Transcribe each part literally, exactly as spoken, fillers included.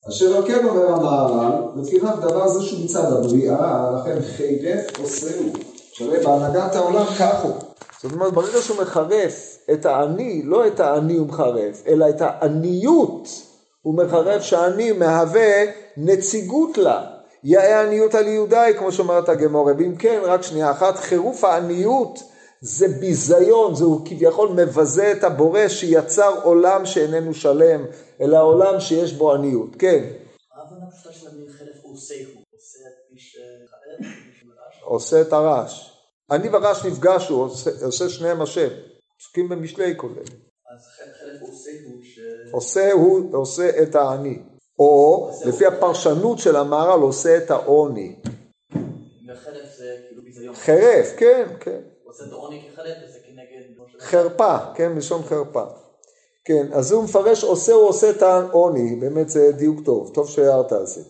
אשר על כן אומר המהר"ל, לפיכך דבר זה שהוא מצד הבריאה, לכן חרף עושהו. שווה בהנהגת העולם כך הוא. זאת אומרת, ברגע שהוא מחרף את העני, לא את העני הוא מחרף, אלא את העניות הוא מחרף, שהעני מהווה נציגות לה. יאה העניות על יהודי, כמו שאומרת הגמורה. ואם כן, רק שנייה אחת, חירוף העניות זה ביזיון, זהו כביכול מבזה את הבורא שיצר עולם שאיננו שלם, אלא עולם שיש בו עניות. כן. ההבנה פשוטה של המילה חלף הוא עושה, הוא עושה את מי שחלף, מי שמרש. עושה את הרש. אני ורש נפגשו, עושה, עושה שניהם השם. פסוקים במשלי כולל. אז חלף הוא עושה הוא ש... עושה הוא, עושה את העני. או לפי הפרשנות של המהר"ל עושה את העוני. וחלף זה כאילו ביזיון. חרף, כן, כן. עושה את העוני כחלף וזה כנגד... חרפה, כן, משום חרפה. כן, אז הוא מפרש עושה הוא עושה את העוני, באמת זה דיוק טוב, טוב שהערת על זה.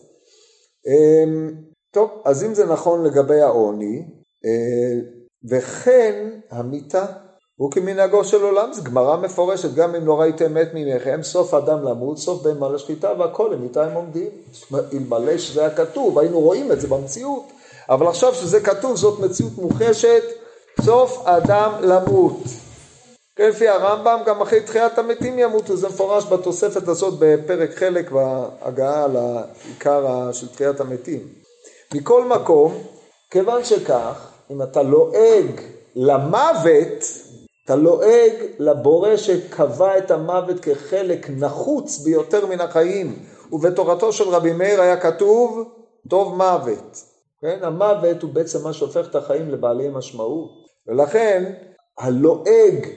טוב, אז אם זה נכון לגבי העוני, וכן המיטה, הוא כמנהגו של עולם, זה גמרא מפורשת, גם אם לא ראיתם מת ממכם, סוף אדם למות, סוף בן מה לשחיטה, והכל למיטה הם עומדים. אלמלא שזה היה כתוב, היינו רואים את זה במציאות, אבל עכשיו שזה כתוב, זאת מציאות מוחשת, סוף אדם למות. כן, לפי הרמב"ם, גם אחרי תחיית המתים ימותו, זה מפורש בתוספת הזאת בפרק חלק והגעה לעיקר של תחיית המתים. מכל מקום, כיוון שכך, אם אתה לועג למוות, אתה לועג לבורא שקבע את המוות כחלק נחוץ ביותר מן החיים, ובתורתו של רבי מאיר היה כתוב, טוב מוות. כן, המוות הוא בעצם מה שהופך את החיים לבעלי משמעות, ולכן הלועג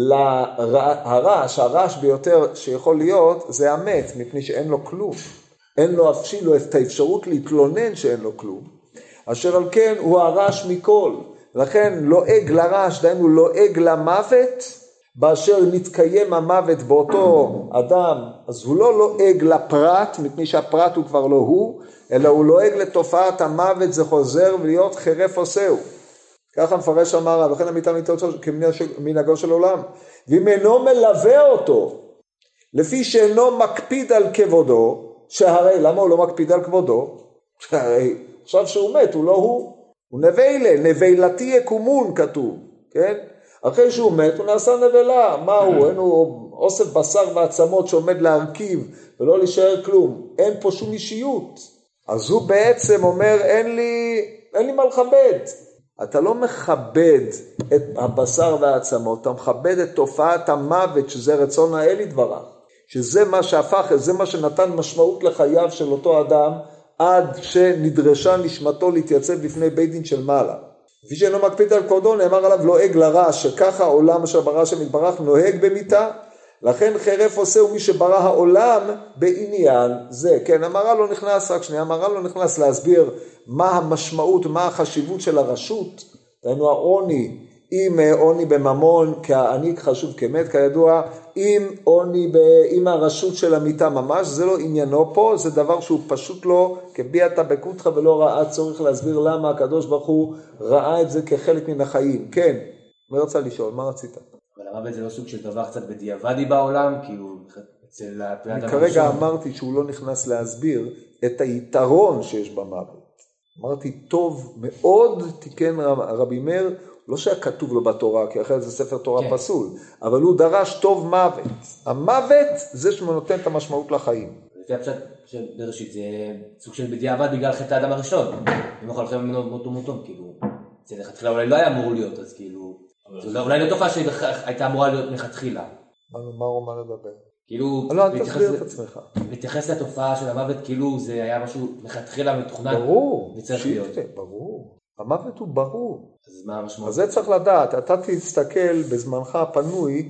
לרעש, הרעש ביותר שיכול להיות, זה המת, מפני שאין לו כלום. אין לו אפילו את האפשרות להתלונן שאין לו כלום. אשר על כן הוא הרעש מכל. לכן לועג לרעש, דיינו לועג למוות, באשר מתקיים המוות באותו אדם, אז הוא לא לועג לפרט, מפני שהפרט הוא כבר לא הוא, אלא הוא לועג לתופעת המוות, זה חוזר ולהיות חרף עושהו. ככה מפרש אמר, וכן המיטה מיטות כמנהגו של עולם. ואם אינו מלווה אותו, לפי שאינו מקפיד על כבודו, שהרי, למה הוא לא מקפיד על כבודו? שהרי, עכשיו שהוא מת, הוא לא הוא. הוא נבלה, נבלתי יקומון כתוב, כן? אחרי שהוא מת, הוא נעשה נבלה. מה הוא? אין הוא אוסף בשר ועצמות שעומד להרכיב, ולא להישאר כלום. אין פה שום אישיות. אז הוא בעצם אומר, אין לי, אין לי מה לכבד. אתה לא מכבד את הבשר והעצמות, אתה מכבד את תופעת המוות, שזה רצון האל יתברך, שזה מה שהפך, זה מה שנתן משמעות לחייו של אותו אדם, עד שנדרשה נשמתו להתייצב בפני בית דין של מעלה. כפי שאינו מקפיד על כבודו, נאמר עליו לועג לרע, שככה העולם אשר ברא השם יתברך נוהג במיתה, לכן חרף עושהו מי שברא העולם בעניין זה. כן, המהר"ל לא נכנס, רק שנייה, המהר"ל לא נכנס להסביר מה המשמעות, מה החשיבות של הרשות, דהיינו העוני, אם עוני בממון, כעני חשוב כמת, כידוע, אם עוני, אם הרשות של המיטה ממש, זה לא עניינו פה, זה דבר שהוא פשוט לא, כביעת בקותך ולא ראה צורך להסביר למה הקדוש ברוך הוא ראה את זה כחלק מן החיים. כן, מי רצה לשאול, מה רצית? אבל המוות זה לא סוג של דבר קצת בדיעבדי בעולם, כי הוא אצל הפרט אני כרגע אמרתי שהוא לא נכנס להסביר את היתרון שיש במוות. אמרתי, טוב מאוד תיקן רבי מאיר, לא שהיה כתוב לו בתורה, כי אחרי זה ספר תורה כן. פסול, אבל הוא דרש טוב מוות. המוות זה שנותן את המשמעות לחיים. לפי הפשט של בראשית, זה סוג של בדיעבד בגלל חטא האדם הראשון. אם יכול לכם ממנו מותו מותום, כאילו, זה לכתחילה אולי לא היה אמור להיות, אז כאילו, אולי לא תופעה שהייתה אמורה להיות מכתחילה. מה הוא אומר לדבר? כאילו, לא, אל תסביר את עצמך. להתייחס לתופעה של המוות, כאילו זה היה משהו מכתחילה מתוכנן. ברור, שיטה, ברור. המוות הוא ברור. אז מה המשמעות? אז זה צריך לדעת, אתה תסתכל בזמנך הפנוי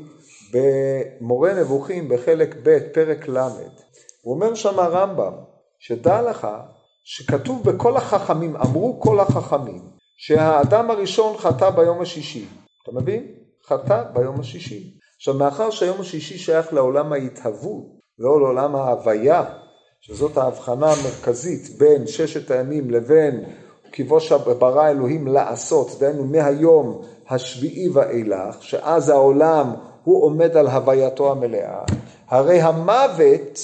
במורה נבוכים בחלק ב' פרק למד. הוא אומר שם הרמב"ם, שדע לך שכתוב בכל החכמים, אמרו כל החכמים, שהאדם הראשון חטא ביום השישי. אתה מבין? חטא ביום השישי. עכשיו מאחר שהיום השישי שייך לעולם ההתהוות, לא לעולם ההוויה, שזאת ההבחנה המרכזית בין ששת הימים לבין כיבוש ברא אלוהים לעשות, דהיינו מהיום השביעי ואילך, שאז העולם הוא עומד על הווייתו המלאה, הרי המוות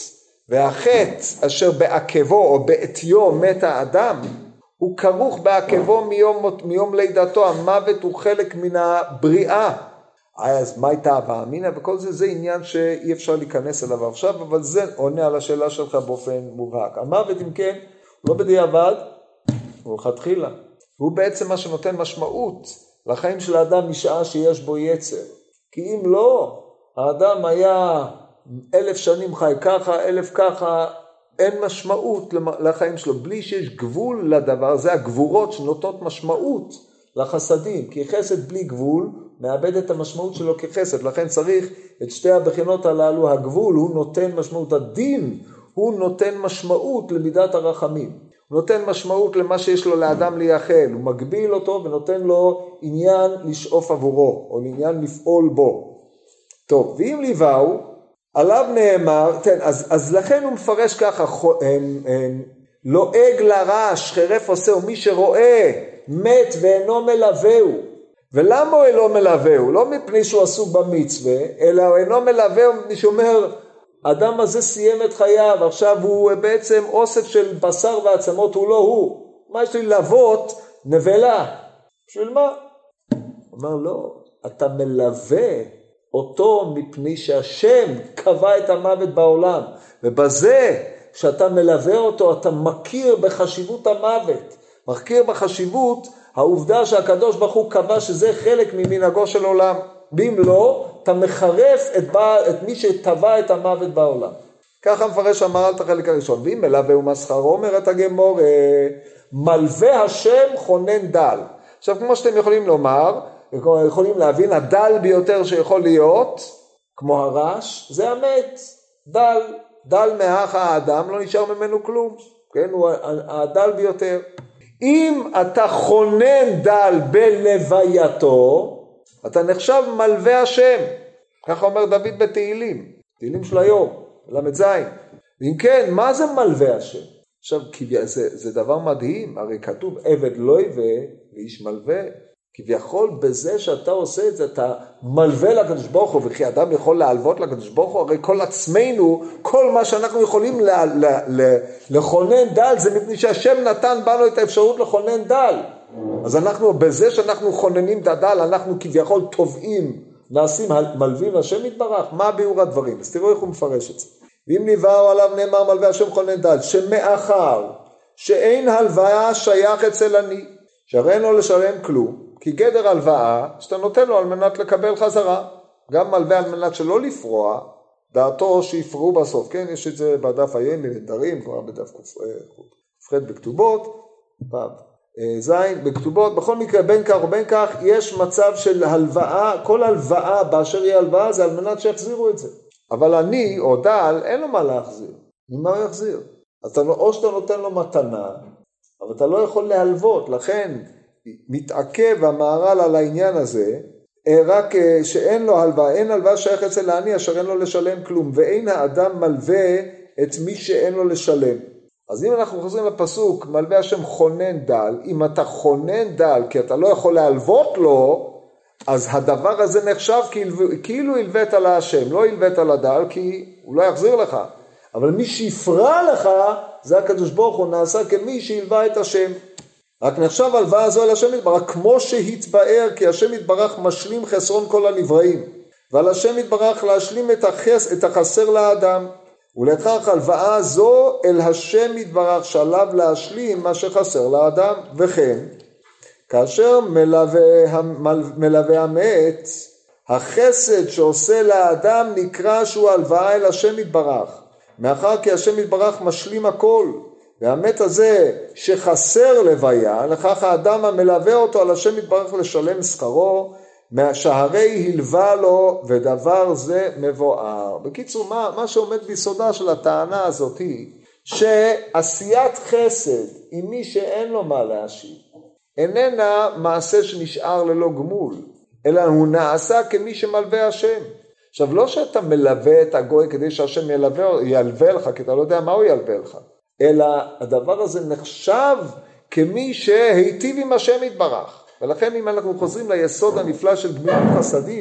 והחטא אשר בעקבו או בעטיו מת האדם, הוא כרוך בעקבו מיום, מיום לידתו. המוות הוא חלק מן הבריאה. אז מה הייתה הבאה אמינא? וכל זה, זה עניין שאי אפשר להיכנס אליו עכשיו, אבל זה עונה על השאלה שלך באופן מובהק. המוות, אם כן, הוא לא בדיעבד, הוא לכתחילה. הוא בעצם מה שנותן משמעות לחיים של האדם משעה שיש בו יצר. כי אם לא, האדם היה אלף שנים חי ככה, אלף ככה, אין משמעות לחיים שלו. בלי שיש גבול לדבר, זה הגבורות שנותנות משמעות לחסדים. כי חסד בלי גבול מאבד את המשמעות שלו כחסד. לכן צריך את שתי הבחינות הללו. הגבול הוא נותן משמעות, הדין הוא נותן משמעות למידת הרחמים. הוא נותן משמעות למה שיש לו לאדם לייחל. הוא מגביל אותו ונותן לו עניין לשאוף עבורו, או עניין לפעול בו. טוב, ואם ליווהו, עליו נאמר, כן, אז, אז לכן הוא מפרש ככה, הם, הם, לועג לרש, חרף עושה, ומי שרואה מת ואינו מלווהו. ולמה הוא אינו מלווהו? לא מפני שהוא עסוק במצווה, אלא הוא אינו מלווהו מפני שאומר, האדם הזה סיים את חייו, עכשיו הוא בעצם אוסף של בשר ועצמות, הוא לא הוא. מה יש לי לוות? נבלה. בשביל מה? הוא אומר, לא, אתה מלווה אותו מפני שהשם קבע את המוות בעולם. ובזה שאתה מלווה אותו, אתה מכיר בחשיבות המוות. מכיר בחשיבות העובדה שהקדוש ברוך הוא קבע שזה חלק ממנהגו של עולם. ואם לא, אתה מחרף את, בא, את מי שטבע את המוות בעולם. ככה מפרש אמר על החלק הראשון. ואם מלווה ומסחרו, אומרת הגמור, מלווה השם חונן דל. עכשיו, כמו שאתם יכולים לומר, יכולים להבין, הדל ביותר שיכול להיות, כמו הרש, זה המת. דל, דל מאח האדם, לא נשאר ממנו כלום. כן, הוא הדל ביותר. אם אתה חונן דל בלווייתו, אתה נחשב מלווה השם. ככה אומר דוד בתהילים, תהילים של היום, למד זין. ואם כן, מה זה מלווה השם? עכשיו, זה, זה דבר מדהים, הרי כתוב עבד לא יווה ואיש מלווה. כביכול בזה שאתה עושה את זה, אתה מלווה לקדוש ברוך הוא, וכי אדם יכול להלוות לקדוש ברוך הוא, הרי כל עצמנו, כל מה שאנחנו יכולים ל, ל, ל, לכונן דל, זה מפני שהשם נתן בנו את האפשרות לכונן דל. אז אנחנו, בזה שאנחנו חוננים את הדל, אנחנו כביכול תובעים, נעשים מלווים השם יתברך. מה ביאור הדברים? אז תראו איך הוא מפרש את זה. ואם ליווהו עליו נאמר מלווה השם חונן דל, שמאחר שאין הלוואה שייך אצל אני, שהרי אין לו לשלם כלום, כי גדר הלוואה שאתה נותן לו על מנת לקבל חזרה, גם מלווה על מנת שלא לפרוע, דעתו שיפרעו בסוף, כן, יש את זה בדף היומי נדרים, כבר בדף כ"ח בכתובות, זין, בכתובות, בכל מקרה בין כך ובין כך, יש מצב של הלוואה, כל הלוואה באשר היא הלוואה זה על מנת שיחזירו את זה, אבל אני או דל אין לו מה להחזיר, ממה הוא יחזיר? אז אתה, או שאתה נותן לו מתנה, אבל אתה לא יכול להלוות, לכן מתעכב המהר"ל על העניין הזה, רק שאין לו הלוואה, אין הלוואה שייך אצל העני אשר אין לו לשלם כלום, ואין האדם מלווה את מי שאין לו לשלם. אז אם אנחנו חוזרים לפסוק, מלווה השם חונן דל, אם אתה חונן דל כי אתה לא יכול להלוות לו, אז הדבר הזה נחשב כאילו הלווית על השם, לא הלווית על הדל כי הוא לא יחזיר לך. אבל מי שיפרע לך, זה הקדוש ברוך הוא נעשה כמי שהלווה את השם. רק נחשב הלוואה הזו אל השם יתברך, כמו שהתבאר, כי השם יתברך משלים חסרון כל הנבראים, ועל השם יתברך להשלים את, החס, את החסר לאדם, ולכך הלוואה זו אל השם יתברך שעליו להשלים מה שחסר לאדם. וכן, כאשר מלווה, מלווה המת, החסד שעושה לאדם נקרא שהוא הלוואה אל השם יתברך, מאחר כי השם יתברך משלים הכל, והמת הזה שחסר לוויה, לכך האדם המלווה אותו על השם יתברך לשלם שכרו, שהרי הלווה לו, ודבר זה מבואר. בקיצור, מה, מה שעומד ביסודה של הטענה הזאת היא, שעשיית חסד עם מי שאין לו מה להשיב, איננה מעשה שנשאר ללא גמול, אלא הוא נעשה כמי שמלווה השם. עכשיו, לא שאתה מלווה את הגוי כדי שהשם ילווה, ילווה לך, כי אתה לא יודע מה הוא ילווה לך, אלא הדבר הזה נחשב כמי שהיטיב עם השם יתברך. ולכן אם אנחנו חוזרים ליסוד הנפלא של גמילות חסדים,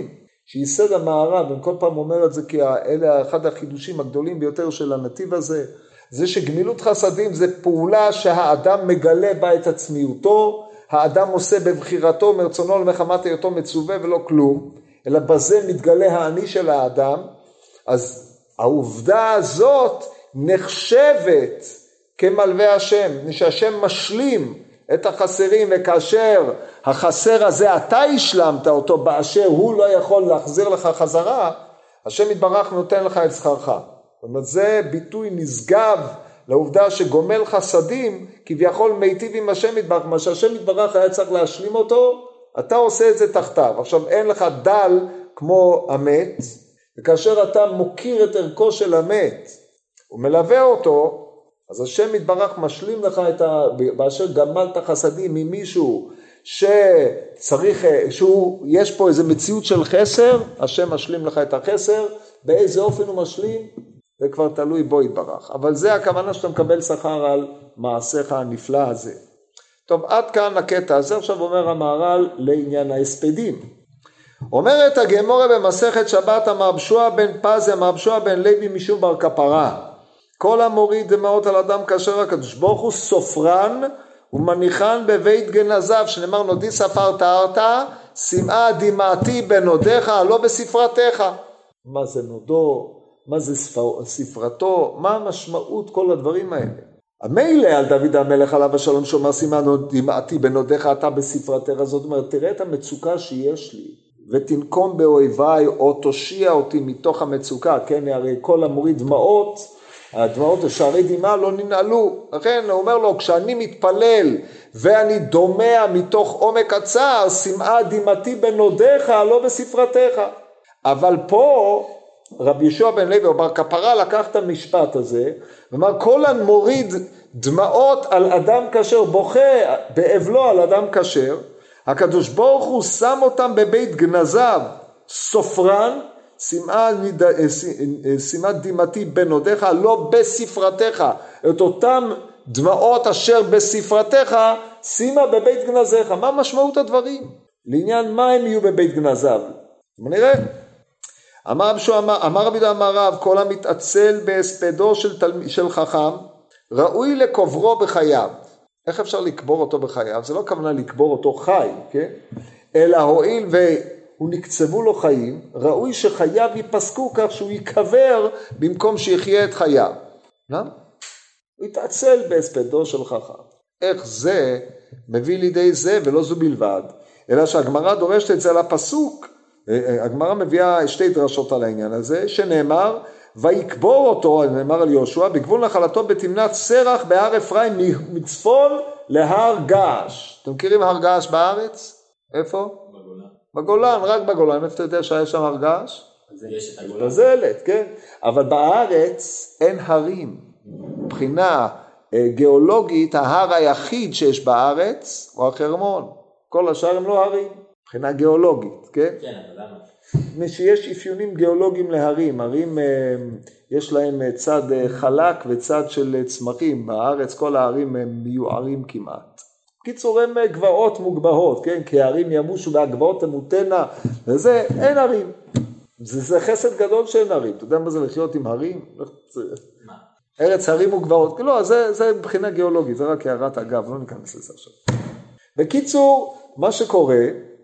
שייסד המערב, וכל פעם אומר את זה כי אלה אחד החידושים הגדולים ביותר של הנתיב הזה, זה שגמילות חסדים זה פעולה שהאדם מגלה בה את עצמיותו, האדם עושה בבחירתו מרצונו למחמת היותו מצווה ולא כלום, אלא בזה מתגלה האני של האדם. אז העובדה הזאת נחשבת כמלווה השם, שהשם משלים את החסרים, וכאשר החסר הזה אתה השלמת אותו באשר הוא לא יכול להחזיר לך חזרה, השם יתברך נותן לך את שכרך. זאת אומרת, זה ביטוי נשגב לעובדה שגומל חסדים כביכול מיטיב עם השם יתברך, מה שהשם יתברך היה צריך להשלים אותו, אתה עושה את זה תחתיו. עכשיו אין לך דל כמו המת, וכאשר אתה מוקיר את ערכו של המת ומלווה אותו, אז השם יתברך משלים לך את ה... באשר גמלת חסדים ממישהו שצריך, שהוא, יש פה איזה מציאות של חסר, השם משלים לך את החסר, באיזה אופן הוא משלים, זה כבר תלוי בו יתברך. אבל זה הכוונה שאתה מקבל שכר על מעשיך הנפלא הזה. טוב, עד כאן הקטע הזה. עכשיו אומר המהר"ל לעניין ההספדים. אומרת הגמורה במסכת שבת, אמר בשוע בן פזי, אמר בשוע בן לוי משום בר כפרה. כל המוריד דמעות על אדם כאשר הקדוש ברוך הוא סופרן ומניחן בבית גנזיו, שנאמר נודי ספרת ארתה, שמעה דמעתי בנודיך, לא בספרתך. מה זה נודו? מה זה ספר, ספרתו? מה המשמעות כל הדברים האלה? המילא על דוד המלך עליו השלום שאומר שמעה דמעתי בנודיך, אתה בספרתך. זאת אומרת, תראה את המצוקה שיש לי, ותנקום באויביי, או תושיע אותי מתוך המצוקה. כן, הרי כל המוריד דמעות, הדמעות שערי דמעה לא ננעלו. לכן הוא אומר לו, כשאני מתפלל ואני דומע מתוך עומק הצער, שמעה דמעתי בנודיך, לא בספרתך. אבל פה רבי יהושע בן לוי או בר כפרה לקח את המשפט הזה, ואמר כל המוריד דמעות על אדם כשר, בוכה באבלו על אדם כשר, הקדוש ברוך הוא שם אותם בבית גנזיו, סופרן, שמעת דמעתי בנודיך, לא בספרתך. את אותם דמעות אשר בספרתך, שימה בבית גנזיך. מה משמעות הדברים? לעניין מה הם יהיו בבית גנזיו? נראה. אמר רבי יהודה אמר רב, כל המתעצל בהספדו של, תל... של חכם, ראוי לקוברו בחייו. איך אפשר לקבור אותו בחייו? זה לא כוונה לקבור אותו חי, כן? אלא הועיל והוא נקצבו לו חיים, ראוי שחייו ייפסקו כך שהוא יקבר במקום שיחיה את חייו. למה? הוא יתעצל בהספדו של חכם. איך זה מביא לידי זה ולא זו בלבד, אלא שהגמרא דורשת את זה לפסוק. הגמרא מביאה שתי דרשות על העניין הזה, שנאמר, ויקבור אותו, נאמר על יהושע, בגבול נחלתו בתמנת סרח בהר אפרים מצפון להר געש. אתם מכירים הר געש בארץ? איפה? בגולן. בגולן, רק בגולן. איפה אתה יודע שהיה שם הר געש? יש את הגולן. בזלת, כן. אבל בארץ אין הרים. מבחינה גיאולוגית, ההר היחיד שיש בארץ הוא החרמון. כל השאר הם לא הרים. מבחינה גיאולוגית, כן? כן, אבל למה? שיש אפיונים גיאולוגיים להרים, הרים יש להם צד חלק וצד של צמחים, בארץ כל הערים הם מיוערים כמעט. קיצור הם גבעות מוגבהות, כן? כי הערים ימושו והגבעות תמותנה, וזה אין הרים. זה, זה חסד גדול שאין הרים. אתה יודע מה זה לחיות עם הרים? מה? ארץ הרים וגבעות. לא, זה, זה מבחינה גיאולוגית, זה רק הערת אגב, לא ניכנס לזה עכשיו. בקיצור, מה שקורה,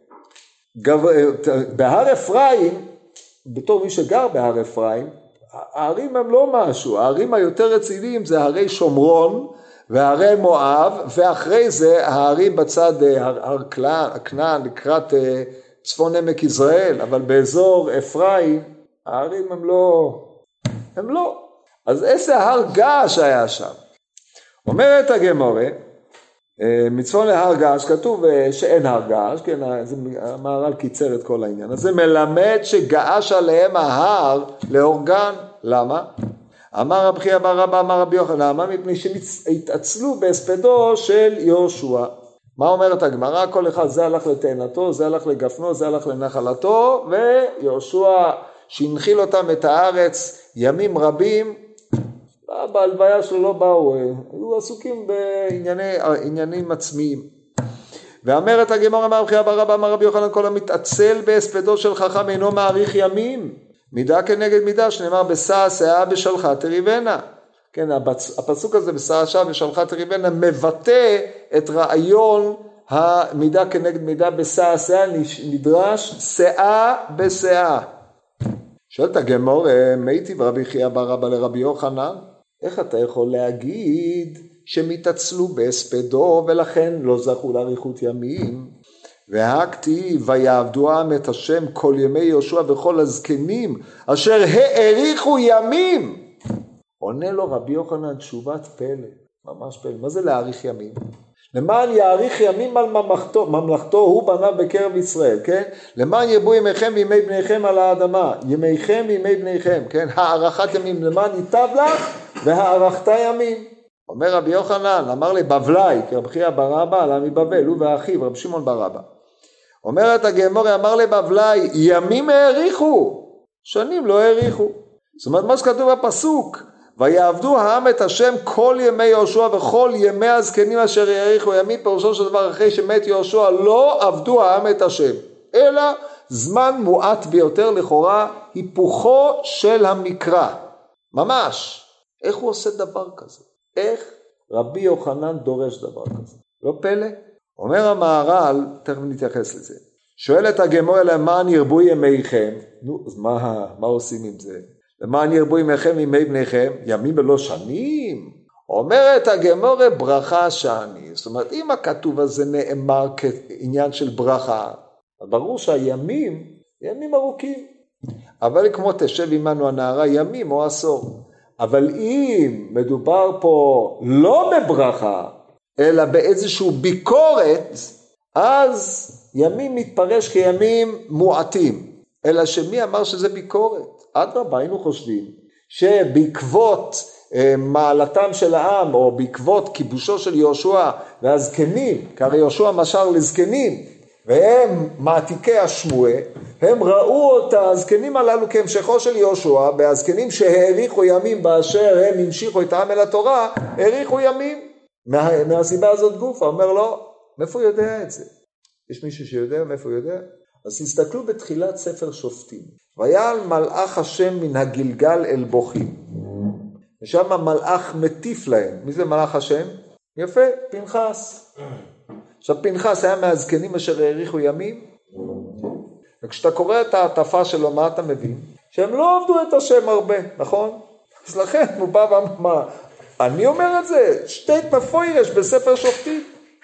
בהר אפרים, בתור מי שגר בהר אפרים, הערים הם לא משהו, הערים היותר רציניים זה הרי שומרון והרי מואב, ואחרי זה הערים בצד הר כנען לקראת צפון עמק יזרעאל, אבל באזור אפרים הערים הם לא, הם לא. אז איזה הר געש היה שם? אומרת הגמרא, מצפון להר געש, כתוב שאין הר געש, כן, המהר"ל קיצר את כל העניין הזה, מלמד שגעש עליהם ההר להורגן. למה? אמר רבי חייא בר אבא אמר רבי יוחנן, למה? מפני שהתעצלו בהספדו של יהושע. מה אומרת הגמרא? כל אחד זה הלך לתאנתו, זה הלך לגפנו, זה הלך לנחלתו, ויהושע שהנחיל אותם את הארץ ימים רבים, בהלוויה שלו לא באו, היו עסוקים בעניינים עצמיים. ואמרת הגמור אמר רבי חייא בר אבא אמר רבי יוחנן כל המתעצל בהספדו של חכם אינו מאריך ימים, מידה כנגד מידה, שנאמר בשא שאה בשלחה תריבנה. כן, הפסוק הזה בשא שאה בשלחה תריבנה מבטא את רעיון המידה כנגד מידה בשא שאה, נדרש שאה בשאה. שואלת הגמור, מייתי ברבי חייא בר אבא לרבי יוחנן, איך אתה יכול להגיד שמתעצלו בהספדו ולכן לא זכו לאריכות ימים? והכתיב ויעבדו העם את השם כל ימי יהושע וכל הזקנים אשר האריכו ימים. עונה לו רבי יוחנן תשובת פלא, ממש פלא. מה זה להאריך ימים? למען יאריך ימים על ממלכתו, ממלכתו הוא בנה בקרב ישראל, כן? למען ירבו ימיכם וימי בניכם על האדמה, ימיכם וימי בניכם, כן? הארכת ימים, למען ייטב לך והארכת ימים. אומר רבי יוחנן, אמר לי בבלי, כי רבי חייא בר אבא עלה מבבל, הוא ואחיו, רבי שמעון בר אבא. אומרת הגמור, אמר לי בבלי, ימים האריכו, שנים לא האריכו. זאת אומרת, מה שכתוב בפסוק, ויעבדו העם את השם כל ימי יהושע וכל ימי הזקנים אשר האריכו ימים, פירושו של דבר אחרי שמת יהושע לא עבדו העם את השם, אלא זמן מועט ביותר, לכאורה היפוכו של המקרא. ממש. איך הוא עושה דבר כזה? איך רבי יוחנן דורש דבר כזה? לא פלא? אומר המהר"ל, תכף נתייחס לזה. שואל את הגמור, למען ירבו ימיכם, נו, אז מה, מה עושים עם זה? למען ירבו ימיכם וימי בניכם, ימים ולא שנים? אומרת הגמור, ברכה שני. זאת אומרת, אם הכתוב הזה נאמר כעניין של ברכה, ברור שהימים, ימים ארוכים. אבל כמו תשב עמנו הנערה ימים או עשור. אבל אם מדובר פה לא בברכה, אלא באיזשהו ביקורת, אז ימים מתפרש כימים מועטים. אלא שמי אמר שזה ביקורת? אדרבה, היינו חושבים שבעקבות אה, מעלתם של העם, או בעקבות כיבושו של יהושע והזקנים, כי הרי יהושע משל לזקנים, והם מעתיקי השמועה, הם ראו את הזקנים הללו כהמשכו של יהושע, והזקנים שהאריכו ימים באשר הם המשיכו את העם אל התורה, האריכו ימים. מה, מהסיבה הזאת גופה, אומר לו, מאיפה הוא יודע את זה? יש מישהו שיודע מאיפה הוא יודע? אז תסתכלו בתחילת ספר שופטים. ויעל מלאך השם מן הגלגל אל בוכים. ושם המלאך מטיף להם. מי זה מלאך השם? יפה, פנחס. עכשיו פנחס היה מהזקנים אשר האריכו ימים. וכשאתה קורא את העטפה שלו, מה אתה מבין? שהם לא עבדו את השם הרבה, נכון? אז לכן הוא בא ואמר, אני אומר את זה, שתי מפוירש בספר שופטים.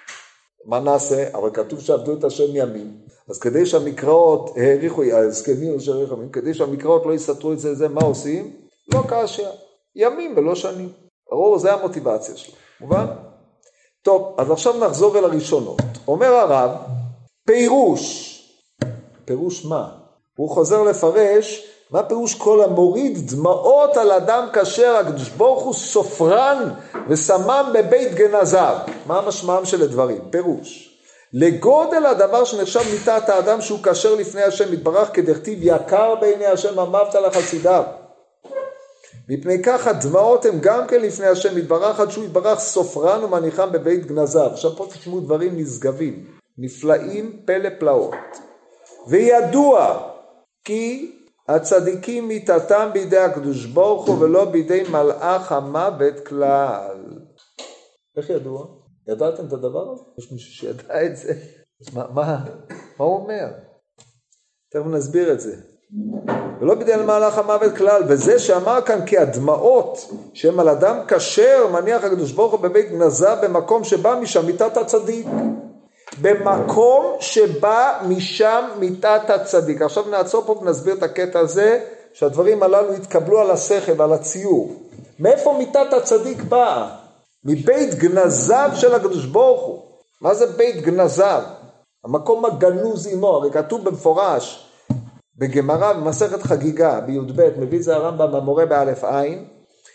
מה נעשה? אבל כתוב שעבדו את השם ימים. אז כדי שהמקראות האריכו, הזקנים אשר האריכו ימים, כדי שהמקראות לא יסתרו את זה, זה מה עושים? לא כאשר. ימים ולא שנים. ברור, זה המוטיבציה שלו. מובן? טוב, אז עכשיו נחזור אל הראשונות. אומר הרב, פירוש. פירוש מה? הוא חוזר לפרש, מה פירוש כל המוריד דמעות על אדם כאשר הקדוש ברוך הוא סופרן ושמם בבית גנזיו? מה המשמעם של הדברים? פירוש. לגודל הדבר שנחשב מיתת האדם שהוא כאשר לפני השם יתברך, כדכתיב יקר בעיני השם אמרת לחסידיו. מפני כך הדמעות הם גם כן לפני השם יתברך, עד שהוא יתברך סופרן ומניחם בבית גנזיו. עכשיו פה תשמעו דברים נשגבים, נפלאים, פלא פלאות. וידוע כי הצדיקים מיתתם בידי הקדוש ברוך הוא ולא בידי מלאך המוות כלל. איך ידוע? ידעתם את הדבר הזה? יש מישהו שידע את זה? מה, מה, מה הוא אומר? תכף נסביר את זה. ולא בידי מלאך המוות כלל, וזה שאמר כאן כי הדמעות שהם על אדם כשר מניח הקדוש ברוך הוא בבית גנזיו במקום שבא משם מיתת הצדיק. במקום שבא משם מיתת הצדיק. עכשיו נעצור פה ונסביר את הקטע הזה, שהדברים הללו יתקבלו על השכל ועל הציור. מאיפה מיתת הצדיק באה? מבית גנזיו של הקדוש ברוך הוא. מה זה בית גנזיו? המקום הגנוז עמו, הרי כתוב במפורש, בגמרא במסכת חגיגה, בי"ב, מביא זה הרמב"ם המורה באלף עין,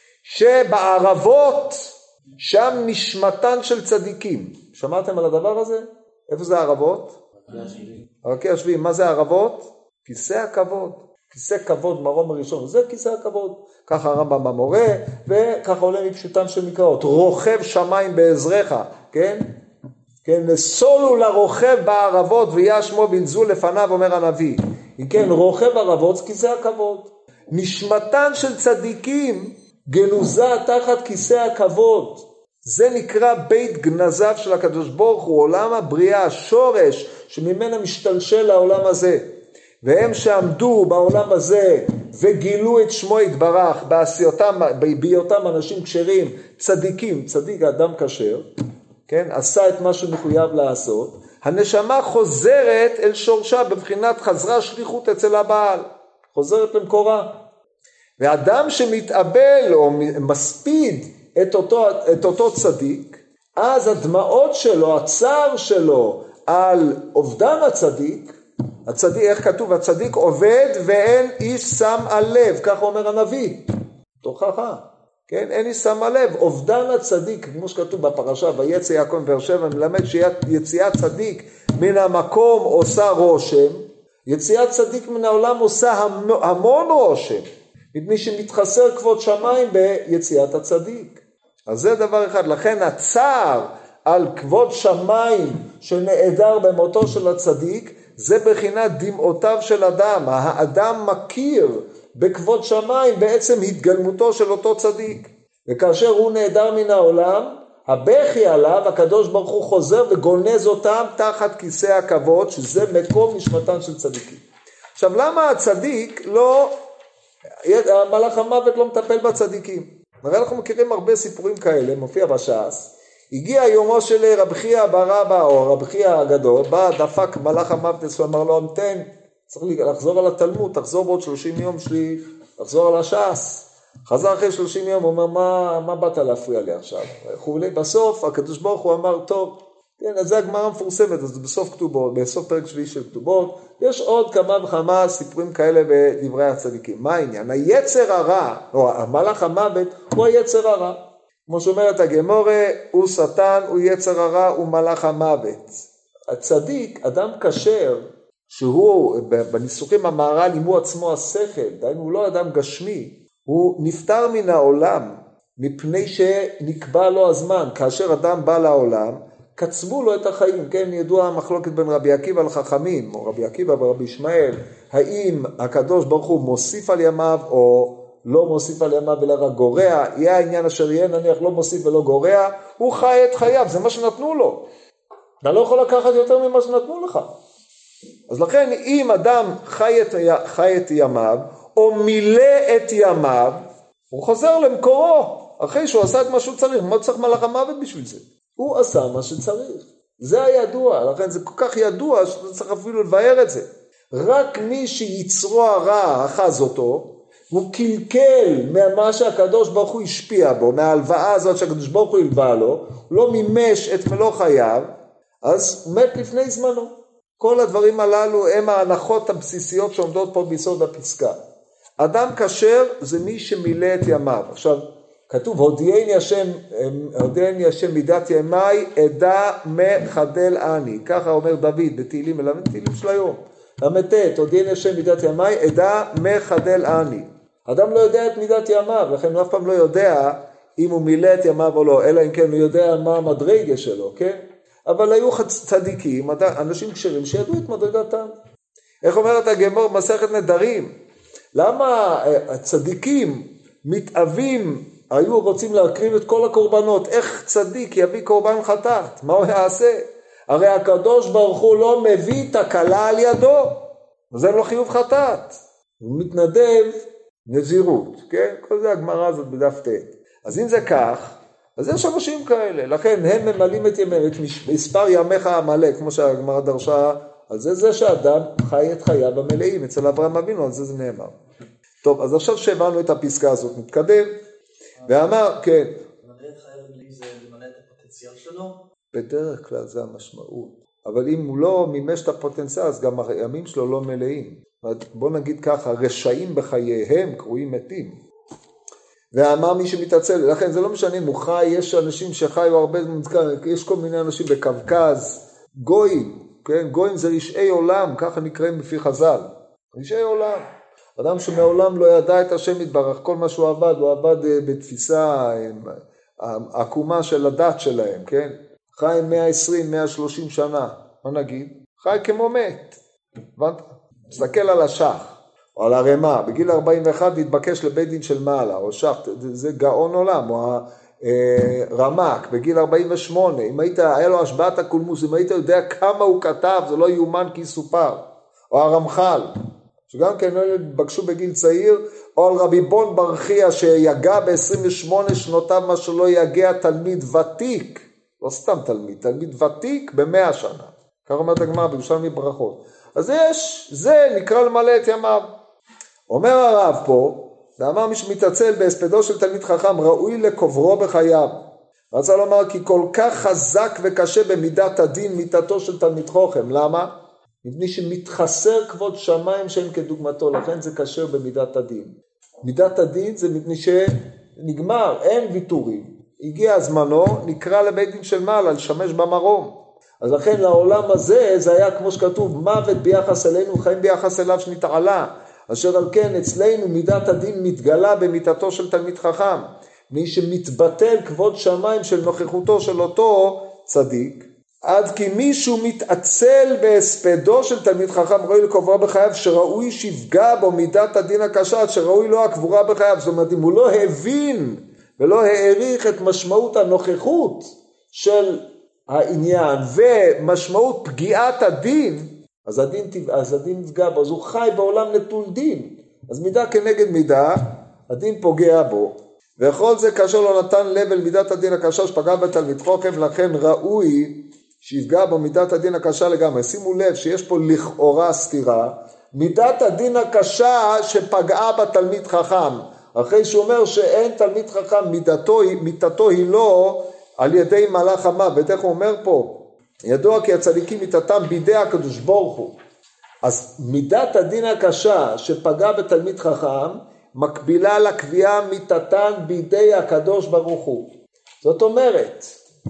שבערבות שם נשמתן של צדיקים. שמעתם על הדבר הזה? איפה זה הערבות? הרקיע השביעי. מה זה הערבות? כיסא הכבוד. כיסא כבוד מרום הראשון. זה כיסא הכבוד. ככה הרמב"ם במורה, וככה עולה מפשוטם של מקראות. רוכב שמיים בעזרך, כן? כן, נסולו לרוכב בערבות וישמו בנזו לפניו, אומר הנביא. כן, רוכב ערבות, כיסא הכבוד. נשמתן של צדיקים גנוזה תחת כיסא הכבוד. זה נקרא בית גנזיו של הקדוש ברוך הוא, עולם הבריאה, השורש שממנה משתלשל לעולם הזה. והם שעמדו בעולם הזה וגילו את שמו יתברך בעשייתם, בהיותם אנשים כשרים, צדיקים, צדיק האדם כשר, כן, עשה את מה שמחויב לעשות, הנשמה חוזרת אל שורשה בבחינת חזרה שליחות אצל הבעל, חוזרת למקורה. ואדם שמתאבל או מספיד את אותו, את אותו צדיק, אז הדמעות שלו, הצער שלו על אובדן הצדיק, הצדיק, איך כתוב? הצדיק עובד ואין איש שם על לב, כך אומר הנביא, תוכחה, כן? אין איש שם על לב, אובדן הצדיק, כמו שכתוב בפרשה, ויצא יעקב מבאר שבע, מלמד שיציאת צדיק מן המקום עושה רושם, יציאת צדיק מן העולם עושה המון רושם, מפני שמתחסר כבוד שמיים ביציאת הצדיק. אז זה דבר אחד, לכן הצער על כבוד שמיים שנעדר במותו של הצדיק, זה בחינת דמעותיו של אדם. האדם מכיר בכבוד שמיים בעצם התגלמותו של אותו צדיק. וכאשר הוא נעדר מן העולם, הבכי עליו, הקדוש ברוך הוא חוזר וגונז אותם תחת כיסא הכבוד, שזה מקום נשמתן של צדיקים. עכשיו, למה הצדיק לא, מלאך המוות לא מטפל בצדיקים? הרי אנחנו מכירים הרבה סיפורים כאלה, מופיע בש"ס. הגיע יומו של רבי חייא בר אבא, או רבי חייא הגדול, בא דפק מלאך המוות, הוא אמר לו, המתן, צריך לחזור על התלמוד, תחזור בעוד שלושים יום שלי, לחזור על הש"ס. חזר אחרי שלושים יום, הוא אומר, מה, מה באת להפריע לי עכשיו? וכולי, בסוף, הקדוש ברוך הוא אמר, טוב, כן, אז זה הגמרא מפורסמת, אז בסוף כתובות, בסוף פרק שביעי של כתובות, יש עוד כמה וכמה סיפורים כאלה בדברי הצדיקים. מה העניין? היצר הרע, או המלאך המוות, הוא היצר הרע. כמו שאומרת הגמורה, הוא שטן, הוא יצר הרע, הוא מלאך המוות. הצדיק, אדם כשר, שהוא, בניסוחים המהר"ל, אם הוא עצמו השכל, דהיינו, הוא לא אדם גשמי, הוא נפטר מן העולם, מפני שנקבע לו הזמן. כאשר אדם בא לעולם, קצבו לו את החיים, כן? ידוע המחלוקת בין רבי עקיבא לחכמים, או רבי עקיבא ורבי ישמעאל, האם הקדוש ברוך הוא מוסיף על ימיו, או לא מוסיף על ימיו אלא רק גורע, יהיה העניין אשר יהיה נניח לא מוסיף ולא גורע, הוא חי את חייו, זה מה שנתנו לו. אתה לא יכול לקחת יותר ממה שנתנו לך. אז לכן אם אדם חי את, חי את ימיו, או מילא את ימיו, הוא חוזר למקורו, אחרי שהוא עשה את מה שהוא צריך. מה צריך מלאך המוות בשביל זה? הוא עשה מה שצריך. זה הידוע, לכן זה כל כך ידוע שאתה צריך אפילו לבאר את זה. רק מי שיצרו הרע אחז אותו, הוא קלקל ממה שהקדוש ברוך הוא השפיע בו, מההלוואה הזאת שהקדוש ברוך הוא הלווה לו, הוא לא מימש את מלוא חייו, אז הוא מת לפני זמנו. כל הדברים הללו הם ההנחות הבסיסיות שעומדות פה ביסוד הפסקה. אדם כשר זה מי שמילא את ימיו. עכשיו, כתוב, הודיעני השם, הודיעני השם מידת ימי, עדה מחדל אני. ככה אומר דוד בתהילים, אלא בתהילים של היום. למתת, הודיעני השם מידת ימי, עדה מחדל אני. אדם לא יודע את מידת ימיו, לכן הוא אף פעם לא יודע אם הוא מילא את ימיו או לא, אלא אם כן הוא יודע מה המדרגה שלו, כן? אבל היו צדיקים, אנשים כשרים שידעו את מדרגתם. איך אומרת הגמרא במסכת נדרים? למה הצדיקים מתאבים, היו רוצים להקריב את כל הקורבנות? איך צדיק יביא קורבן חטאת? מה הוא יעשה? הרי הקדוש ברוך הוא לא מביא תקלה על ידו, אז אין לו חיוב חטאת. הוא מתנדב נזירות, כן? כל זה הגמרא הזאת בדף ט'. אז אם זה כך, אז יש אנשים כאלה, לכן הם ממלאים את ימיהם, את מספר ימיך המלא, כמו שהגמרא דרשה, על זה זה שאדם חי את חייו המלאים, אצל אברהם אבינו, על זה זה נאמר. טוב, אז עכשיו שהבנו את הפסקה הזאת, נתקדם, ואמר, כן. למלא את חייו המלאים זה למלא את הפוטנציאל שלו? בדרך כלל זה המשמעות, אבל אם הוא לא מימש את הפוטנציאל, אז גם הימים שלו לא מלאים. בוא נגיד ככה, רשעים בחייהם קרויים מתים. ואמר מי שמתעצל, לכן זה לא משנה אם הוא חי, יש אנשים שחיו הרבה, יש כל מיני אנשים בקווקז, גויים, כן? גויים זה רשעי עולם, ככה נקראים בפי חז"ל, רשעי עולם. אדם שמעולם לא ידע את השם יתברך, כל מה שהוא עבד, הוא עבד בתפיסה עקומה של הדת שלהם, כן? חי מאה ועשרים מאה ושלושים שנה, מה נגיד? חי כמו מת. הבנת? תסתכל על השח, או על הרמה, בגיל ארבעים ואחת להתבקש לבית דין של מעלה, או שח, זה גאון עולם, או הרמק, בגיל ארבעים ושמונה, אם היית, היה לו השבעת הקולמוס, אם היית יודע כמה הוא כתב, זה לא יאומן כי סופר, או הרמח"ל, שגם כן התבקשו בגיל צעיר, או על רבי בון ברכיה, שיגע ב-עשרים ושמונה שנותיו, מה שלא יגע תלמיד ותיק, לא סתם תלמיד, תלמיד ותיק במאה שנה, כך אומרת הגמרא בירושלמי ברכות. אז יש, זה נקרא למלא את ימיו. אומר הרב פה, ואמר מי שמתעצל בהספדו של תלמיד חכם, ראוי לקוברו בחייו. רצה לומר כי כל כך חזק וקשה במידת הדין מיתתו של תלמיד חכם. למה? מפני שמתחסר כבוד שמיים שאין כדוגמתו, לכן זה קשה במידת הדין. מידת הדין זה מפני שנגמר, אין ויתורים. הגיע הזמנו, נקרא לבית דין של מעלה, לשמש במרום. אז לכן לעולם הזה, זה היה כמו שכתוב, מוות ביחס אלינו, חיים ביחס אליו שנתעלה. אשר על כן אצלנו מידת הדין מתגלה במיתתו של תלמיד חכם. מי שמתבטל כבוד שמיים של נוכחותו של אותו צדיק, עד כי מישהו מתעצל בהספדו של תלמיד חכם, ראוי לקבורה בחייו, שראוי שיפגע בו מידת הדין הקשה, שראוי לו הקבורה בחייו. זאת אומרת, אם הוא לא הבין ולא העריך את משמעות הנוכחות של העניין ומשמעות פגיעת הדין, אז הדין, אז הדין נפגע בו, אז הוא חי בעולם נטול דין, אז מידה כנגד מידה, הדין פוגע בו, וכל זה כאשר לא נתן לב אל מידת הדין הקשה שפגע בתלמיד חכם, לכן ראוי שיפגע בו מידת הדין הקשה לגמרי. שימו לב שיש פה לכאורה סתירה, מידת הדין הקשה שפגעה בתלמיד חכם, אחרי שהוא אומר שאין תלמיד חכם, מידתו, מיתתו היא לא על ידי מלאך המוות. איך הוא אומר פה? ידוע כי הצדיקים מיתתם בידי הקדוש ברוך הוא. אז מידת הדין הקשה שפגע בתלמיד חכם מקבילה לקביעה מיתתן בידי הקדוש ברוך הוא. זאת אומרת,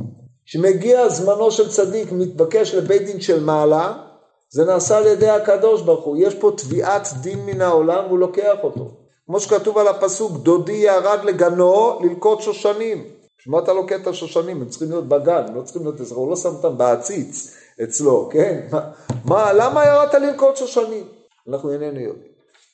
שמגיע זמנו של צדיק מתבקש לבית דין של מעלה, זה נעשה על ידי הקדוש ברוך הוא. יש פה תביעת דין מן העולם והוא לוקח אותו. כמו שכתוב על הפסוק, דודי ירד לגנו ללקוט שושנים. שמה אתה לוקט את השושנים? הם צריכים להיות בגן, הם לא צריכים להיות אצלו, הוא לא שם אותם בעציץ אצלו, כן? מה, מה, למה ירדת ללקוט שושנים? אנחנו איננו יודעים.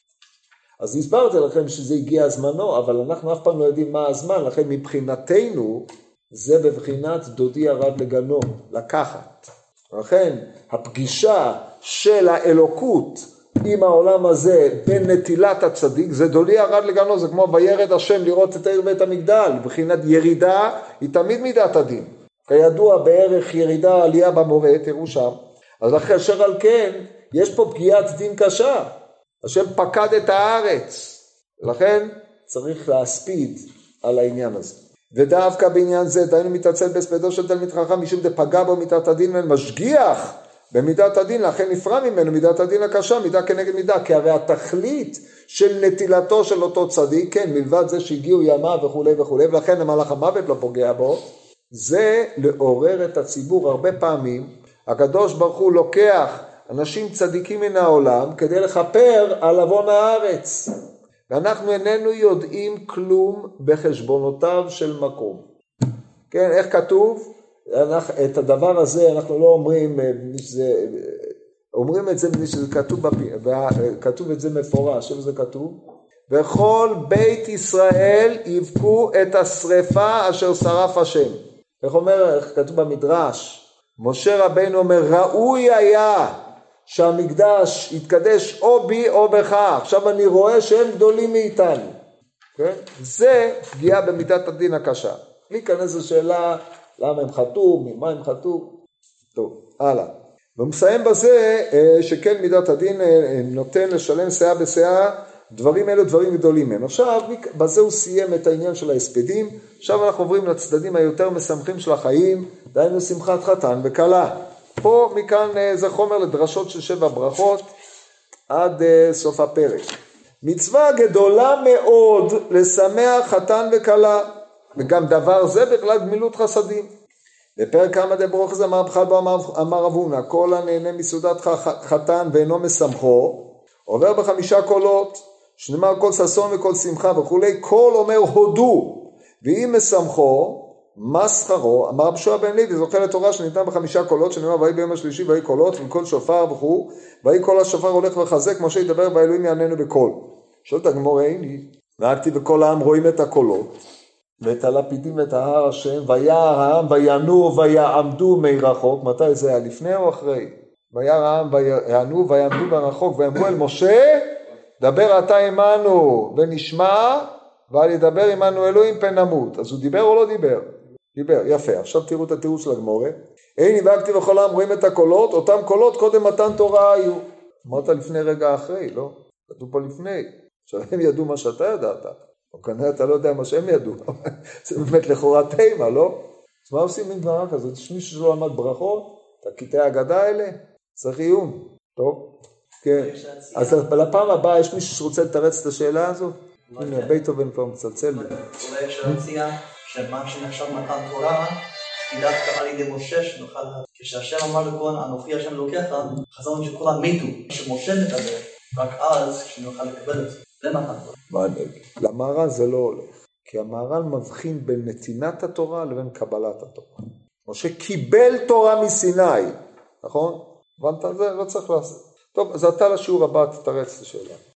אז הסברתי לכם שזה הגיע הזמנו, אבל אנחנו אף פעם לא יודעים מה הזמן, לכן מבחינתנו זה בבחינת דודי ירד לגנו, לקחת. לכן הפגישה של האלוקות עם העולם הזה בין נטילת הצדיק, זה דודי ירד לגנו, זה כמו וירד השם לראות את העיר בית המגדל, בחינת ירידה היא תמיד מידת הדין. כידוע בערך ירידה עלייה במורה, תראו שם. אז אחרי אשר על כן, יש פה פגיעת דין קשה. השם פקד את הארץ, לכן צריך להספיד על העניין הזה. ודווקא בעניין זה, דיינו מתעצל בהספדו של תלמיד חכם, משום דפגע בו מידת הדין ומשגיח במידת הדין, לכן נפרע ממנו מידת הדין הקשה, מידה כנגד מידה, כי הרי התכלית של נטילתו של אותו צדיק, כן, מלבד זה שהגיעו ימה וכו' וכו', ולכן המלאך המוות לא פוגע בו, זה לעורר את הציבור. הרבה פעמים הקדוש ברוך הוא לוקח אנשים צדיקים מן העולם כדי לכפר על עוון הארץ, ואנחנו איננו יודעים כלום בחשבונותיו של מקום. כן, איך כתוב? את הדבר הזה אנחנו לא אומרים, שזה, אומרים את זה בגלל שזה כתוב, כתוב את זה מפורש, שזה כתוב, וכל בית ישראל יבכו את השריפה אשר שרף השם. איך אומר, איך כתוב במדרש, משה רבינו אומר, ראוי היה שהמקדש יתקדש או בי או בך, עכשיו אני רואה שהם גדולים מאיתנו. כן? זה פגיעה במידת הדין הקשה. לי כאן שאלה, למה הם חטאו, ממה הם חטאו? טוב, הלאה. ומסיים בזה שכן מידת הדין נותן לשלם שאה בשאה, דברים אלו דברים גדולים מהם. עכשיו, בזה הוא סיים את העניין של ההספדים, עכשיו אנחנו עוברים לצדדים היותר משמחים של החיים, דיינו שמחת חתן וכלה. פה מכאן זה חומר לדרשות של שבע ברכות עד סוף הפרק. מצווה גדולה מאוד לשמח חתן וכלה, וגם דבר זה בכלל גמילות חסדים. בפרק כמה דברוך זה אמר בכלל בו אמר אבונה, כל הנהנה מסעודת חתן ואינו משמחו, עובר בחמישה קולות, שנאמר כל ששון וכל שמחה וכולי, כל אומר הודו, ואם משמחו, מה שכרו? אמר רבי יהושע בן לוי, זוכה לתורה שניתנה בחמישה קולות, שנאמר ויהי ביום השלישי ויהי קולות וקול שופר וכו', ויהי קול השופר הולך וחזק, משה ידבר והאלוהים יעננו בקול. שואלת הגמרא, הנה, נהגתי בכל העם רואים את הקולות, ואת הלפידים ואת ההר השם, וירא העם ויענו ויעמדו מרחוק. מתי זה היה? לפני או אחרי? וירא העם ויענו ויעמדו מרחוק, ואמרו אל משה, דבר אתה עמנו ונשמע, ואל ידבר עמנו אלוהים פן נמות. אז הוא דיבר או לא דיבר? דיבר, יפה. עכשיו תראו את התירוץ של הגמרא. הנה נהגתי בכל העם רואים את הקולות, אותם קולות קודם מתן תורה היו. אמרת לפני רגע אחרי, לא? כתוב פה לפני. עכשיו הם ידעו מה שאתה ידעת. או כנראה אתה לא יודע מה שהם ידעו. זה באמת לכאורה תימה, לא? אז מה עושים עם דברה כזאת? יש מישהו שלא למד ברכות? את הקטעי האגדה האלה? צריך עיון. טוב? כן. אז לפעם הבאה יש מישהו שרוצה לתרץ את השאלה הזאת? הנה, בייטהובן כבר מצלצל לי. אולי אפשר להציע שמה שנחשב מתן תורה, היא דווקא על ידי משה שנוכל, כשהשם אמר לכהן, אנוכי השם אלוקיך, חזון שכולם מתו, שמשה מדבר, רק אז שנוכל לקבל את זה. זה מתן תורה. מה נגיד? למהר"ל זה לא הולך, כי המהר"ל מבחין בין נתינת התורה לבין קבלת התורה. משה קיבל תורה מסיני, נכון? הבנת על זה? לא צריך לעשות. טוב, אז אתה לשיעור הבא תתרץ את השאלה.